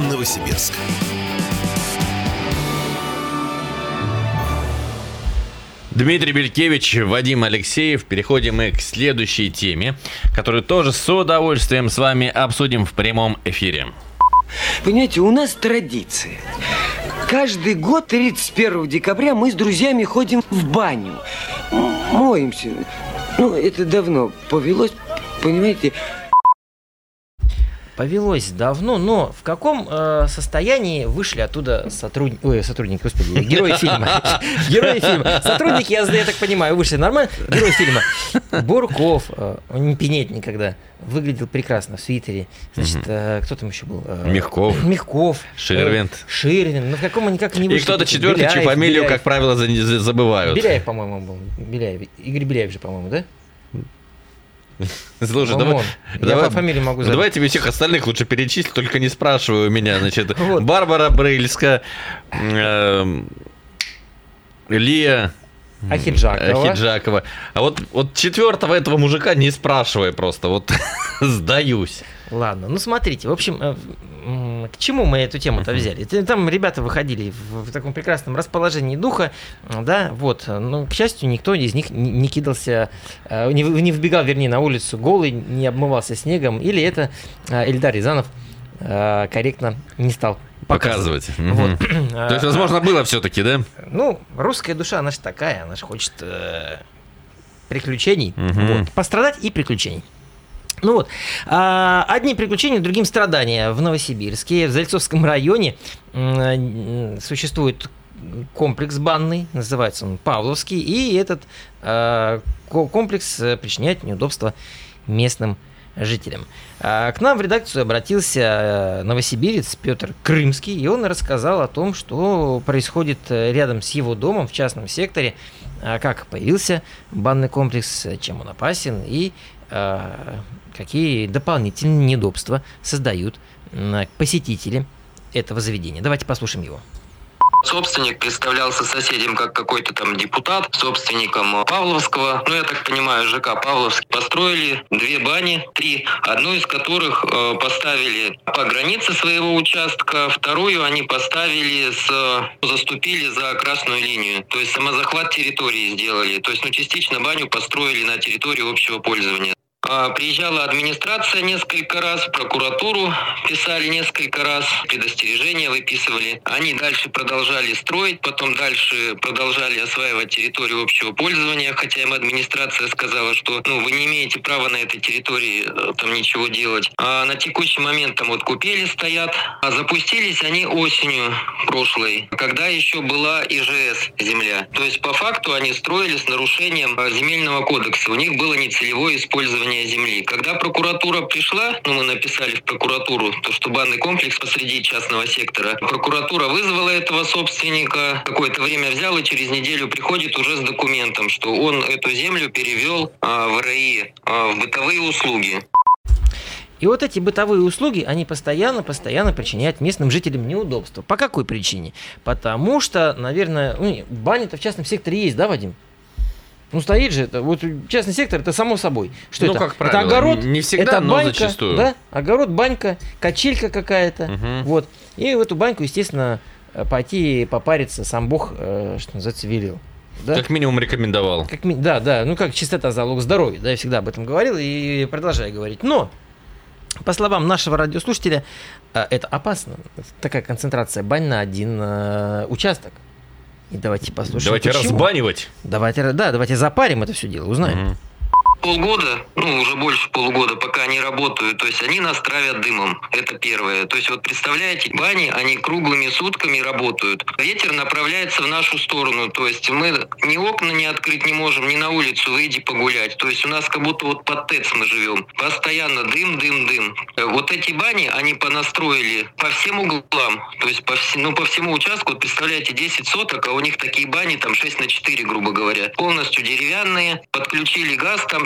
Новосибирск. Дмитрий Белькевич, Вадим Алексеев. Переходим мы к следующей теме, которую тоже с удовольствием с вами обсудим в прямом эфире. Понимаете, у нас традиция. Каждый год 31 декабря мы с друзьями ходим в баню. Моемся. Это давно повелось, понимаете. Повелось давно, но в каком состоянии вышли оттуда сотрудники, господи, герои фильма. Герои фильма. Сотрудники, я так понимаю, вышли нормально. Герой фильма. Бурков, он не пьянеет никогда. Выглядел прекрасно в свитере. Значит, кто там еще был? Мягков. Ширвинд. Ну в каком они как не вышли. И кто-то четвертый, чью фамилию, как правило, забывают. Беляев, по-моему, был. Игорь Беляев же, по-моему, да? Слушай, давай по фамилии могу забыть. Давайте всех остальных лучше перечислить, только не спрашивай у меня. Значит, вот. Барбара Брыльска, Лия Ахиджакова. А вот четвертого этого мужика не спрашивай просто, вот сдаюсь. Ладно, смотрите, в общем, к чему мы эту тему-то взяли? Там ребята выходили в таком прекрасном расположении духа, да, вот, но, к счастью, никто из них не кидался, не вбегал, вернее, на улицу голый, не обмывался снегом, или это Эльдар Рязанов корректно не стал показывать. Вот. То есть, возможно, было все-таки, да? Русская душа, она же такая, она же хочет приключений, вот, пострадать и приключений. Одни приключения, другим страдания. В Новосибирске, в Зальцовском районе существует комплекс банный, называется он Павловский, и этот комплекс причиняет неудобства местным жителям. К нам в редакцию обратился новосибирец Петр Крымский, и он рассказал о том, что происходит рядом с его домом в частном секторе, как появился банный комплекс, чем он опасен и какие дополнительные неудобства создают посетители этого заведения. Давайте послушаем его. Собственник представлялся соседям как какой-то там депутат, собственником Павловского. Я так понимаю, ЖК Павловский. Построили 2 бани, 3. Одну из которых поставили по границе своего участка, вторую они поставили, заступили за красную линию. То есть самозахват территории сделали. То есть частично баню построили на территории общего пользования. Приезжала администрация несколько раз, в прокуратуру писали несколько раз, предостережения выписывали. Они дальше продолжали строить, потом дальше продолжали осваивать территорию общего пользования, хотя им администрация сказала, что вы не имеете права на этой территории там ничего делать. А на текущий момент там купели стоят. А запустились они осенью прошлой, когда еще была ИЖС земля. То есть по факту они строили с нарушением земельного кодекса. У них было нецелевое использование земли. Когда прокуратура пришла, мы написали в прокуратуру, что банный комплекс посреди частного сектора. Прокуратура вызвала этого собственника, какое-то время взял и через неделю приходит уже с документом, что он эту землю перевел в РАИ, в бытовые услуги. И вот эти бытовые услуги, они постоянно причиняют местным жителям неудобства. По какой причине? Потому что, наверное, баня-то в частном секторе есть, да, Вадим? Стоит же это. Вот частный сектор, это само собой. Что это? Как правило, это огород, не всегда, это банька, но зачастую. Да? Огород, банька, качелька какая-то. Вот. И в эту баньку, естественно, пойти попариться сам Бог, что называется, велел. Да? Как минимум рекомендовал. Да. Как чистота залог здоровья. Да, я всегда об этом говорил и продолжаю говорить. Но, по словам нашего радиослушателя, это опасно. Такая концентрация бань на один участок. И давайте послушаем. Давайте почему. разбанивать. Давайте запарим это все дело, узнаем. Полгода, уже больше полугода, пока они работают, то есть они нас травят дымом, это первое. То есть представляете, бани, они круглыми сутками работают. Ветер направляется в нашу сторону, то есть мы ни окна не открыть не можем, ни на улицу выйди погулять. То есть у нас как будто под ТЭЦ мы живем. Постоянно дым. Вот эти бани, они понастроили по всем углам, то есть по всему участку, представляете, 10 соток, а у них такие бани там 6/4, грубо говоря. Полностью деревянные, подключили газ там,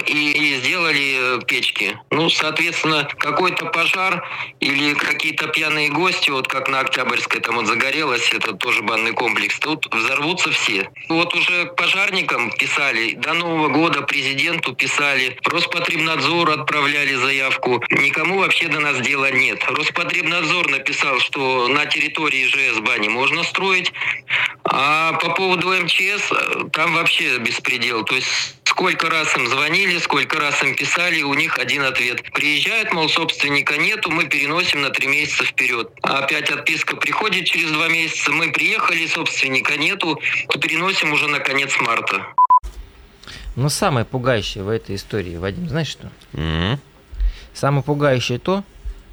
и сделали печки. Ну, соответственно, какой-то пожар или какие-то пьяные гости, вот как на Октябрьской, там вот загорелось, это тоже банный комплекс, тут взорвутся все. Вот уже пожарникам писали, до Нового года президенту писали, Роспотребнадзору отправляли заявку. Никому вообще до нас дела нет. Роспотребнадзор написал, что на территории ЖС бани можно строить, а по поводу МЧС там вообще беспредел. То есть сколько раз им звонили, сколько раз им писали, у них один ответ. Приезжают, мол, собственника нету, мы переносим на 3 месяца вперед. Опять отписка приходит через 2 месяца, мы приехали, собственника нету, то переносим уже на конец марта. Но самое пугающее в этой истории, Вадим, знаешь что? Самое пугающее то,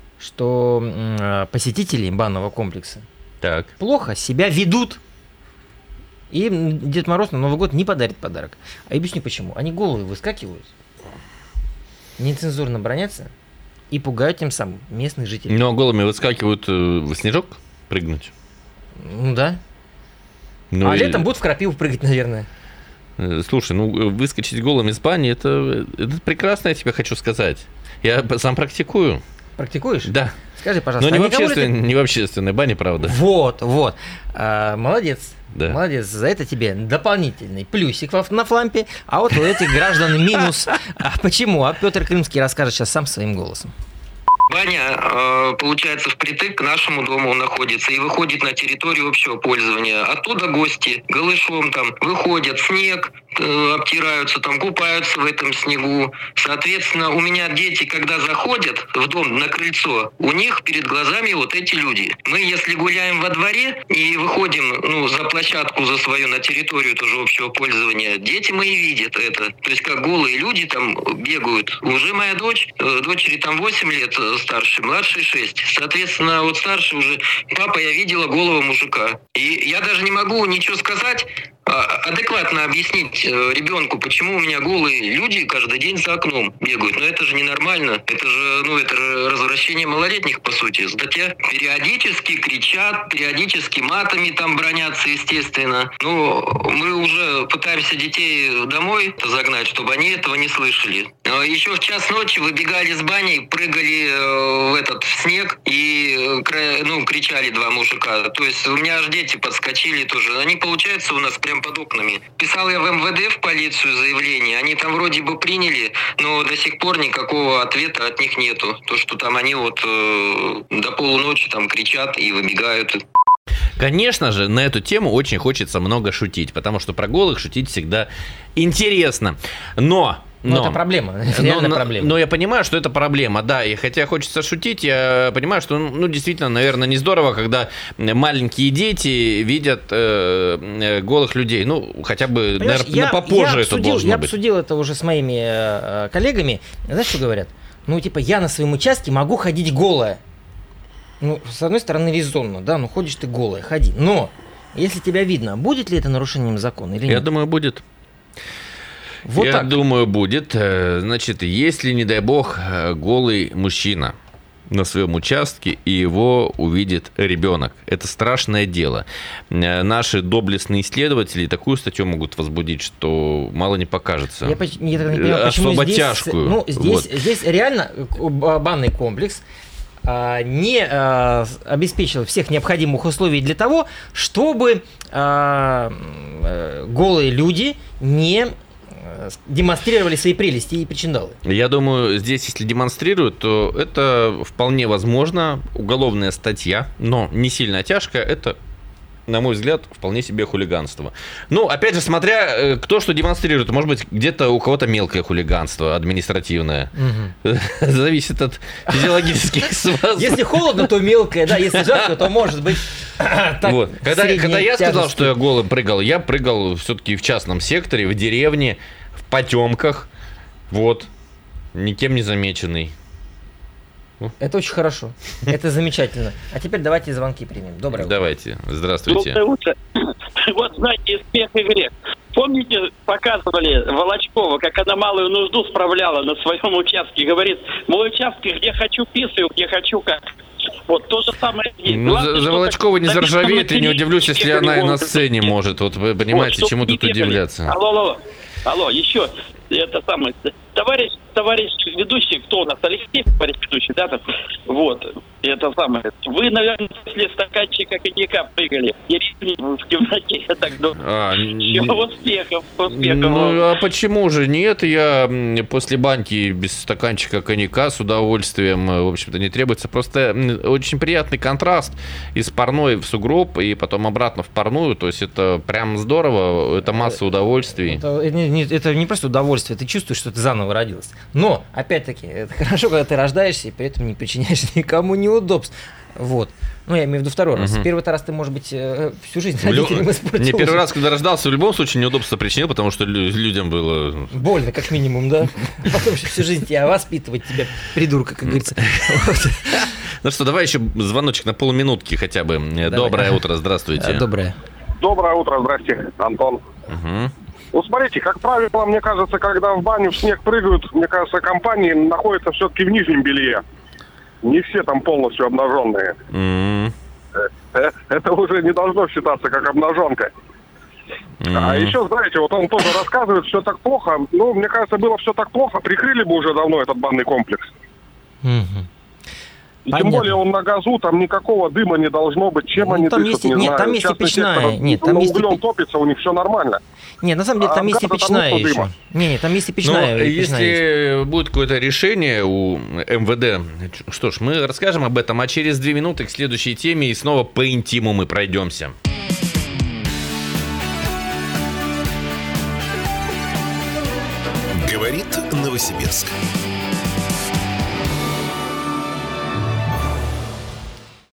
что посетители банного комплекса Так. плохо себя ведут. И им Дед Мороз на Новый год не подарит подарок. А объясню почему. Они головы выскакивают, нецензурно бронятся и пугают тем самым местных жителей. Но голыми выскакивают в снежок прыгнуть. Ну да. Ну, летом будут в крапиву прыгать, наверное. Слушай, выскочить голым из бани, это прекрасно, я тебе хочу сказать. Я сам практикую. Практикуешь? Да. Скажи, пожалуйста. Но не в общественной бане, правда. Вот. Молодец. Да. Молодец. За это тебе дополнительный плюсик на флампе. А вот у этих граждан минус. Почему? А Петр Крымский расскажет сейчас сам своим голосом. Баня, получается, впритык к нашему дому находится и выходит на территорию общего пользования. Оттуда гости голышом там выходят, снег, обтираются, там купаются в этом снегу. Соответственно, у меня дети, когда заходят в дом на крыльцо, у них перед глазами вот эти люди. Мы, если гуляем во дворе и выходим за площадку за свою на территорию тоже общего пользования, дети мои видят это. То есть как голые люди там бегают. Уже моя дочери там 8 лет старше, младший 6. Соответственно, вот старший уже, папа, я видела голого мужика. И я даже не могу ничего сказать, адекватно объяснить ребенку, почему у меня голые люди каждый день за окном бегают. Но это же ненормально. Это же развращение малолетних, по сути. Статья периодически кричат, периодически матами там бронятся, естественно. Но мы уже пытаемся детей домой загнать, чтобы они этого не слышали. Еще в час ночи выбегали с бани, прыгали в снег и кричали 2 мужика. То есть у меня аж дети подскочили тоже. Они, получается, у нас прям под окнами. Писал я в МВД, в полицию заявление. Они там вроде бы приняли, но до сих пор никакого ответа от них нету. То, что там они до полуночи там кричат и выбегают. Конечно же, на эту тему очень хочется много шутить, потому что про голых шутить всегда интересно. Но это проблема, реально проблема. Но я понимаю, что это проблема, да, и хотя хочется шутить, я понимаю, что, действительно, наверное, не здорово, когда маленькие дети видят голых людей, хотя бы, наверное, попозже это должно быть. Я обсудил это уже с моими коллегами, знаешь, что говорят? Я на своем участке могу ходить голая. С одной стороны, резонно, да, ходишь ты голая, ходи, но если тебя видно, будет ли это нарушением закона или нет? Я думаю, будет. Думаю, будет. Значит, если, не дай бог, голый мужчина на своем участке, и его увидит ребенок. Это страшное дело. Наши доблестные исследователи такую статью могут возбудить, что мало не покажется. Я не понимаю, особо тяжкую. Здесь реально банный комплекс не обеспечил всех необходимых условий для того, чтобы голые люди не демонстрировали свои прелести и причиндалы. Я думаю, здесь, если демонстрируют, то это вполне возможно. Уголовная статья, но не сильно тяжкая. Это, на мой взгляд, вполне себе хулиганство. Опять же, смотря кто что демонстрирует. Может быть, где-то у кого-то мелкое хулиганство административное. Зависит от физиологических связок. Если холодно, то мелкое, да. Если жарко, то может быть Когда я сказал, что я голым прыгал, я прыгал все-таки в частном секторе, в деревне, в потемках. Никем не замеченный. Это очень хорошо. Это замечательно. А теперь давайте звонки примем. Доброе утро. Давайте. Здравствуйте. Доброе утро. Знаете, смех и грех. Помните, показывали Волочкова, как она малую нужду справляла на своем участке. Говорит, мой участок, где хочу писаю, где хочу как. То же самое здесь. За Волочкова не заржавеет, и не удивлюсь, если она и на сцене может. Вы понимаете, чему тут удивляться. Алло, еще. товарищ ведущий, кто у нас, Алексей, товарищ ведущий, да, там, вот, это самое. Вы, наверное, после стаканчика коньяка прыгали, и в темноте, я так думаю. Успехов. Ну, а почему же нет? Я после баньки без стаканчика коньяка с удовольствием, в общем-то, не требуется. Просто очень приятный контраст из парной в сугроб и потом обратно в парную. То есть это прям здорово, это масса удовольствий. Это не просто удовольствие, ты чувствуешь, что ты заново родился. Но, опять-таки, это хорошо, когда ты рождаешься и при этом не причиняешь никому неудобств. Вот. Ну, я имею в виду второй раз. Первый раз ты, может быть, всю жизнь родителям испортил. Не первый раз, когда рождался, в любом случае неудобство причинил, потому что людям было... Больно, как минимум, да? Потом еще всю жизнь тебя воспитывать, тебя, придурка, как говорится. Ну что, давай еще звоночек на полминутки хотя бы. Доброе утро, здравствуйте. Доброе. Доброе утро, здрасте, Антон. Ну, смотрите, как правило, мне кажется, когда в баню в снег прыгают, мне кажется, компании находятся все-таки в нижнем белье. Не все там полностью обнаженные. Это уже не должно считаться как обнаженка. А еще, знаете, вот он тоже рассказывает, все так плохо. Ну, мне кажется, было все так плохо, прикрыли бы уже давно этот банный комплекс. И тем более он на газу, там никакого дыма не должно быть. Чем они дышат, не знаю. Там есть и печная. Нет, там есть углем топится, у них все нормально. Нет, на самом деле там есть и печная еще. Нет, там есть и печная. Но если будет какое-то решение у МВД, что ж, мы расскажем об этом, а через 2 минуты к следующей теме и снова по интиму мы пройдемся. Говорит Новосибирск.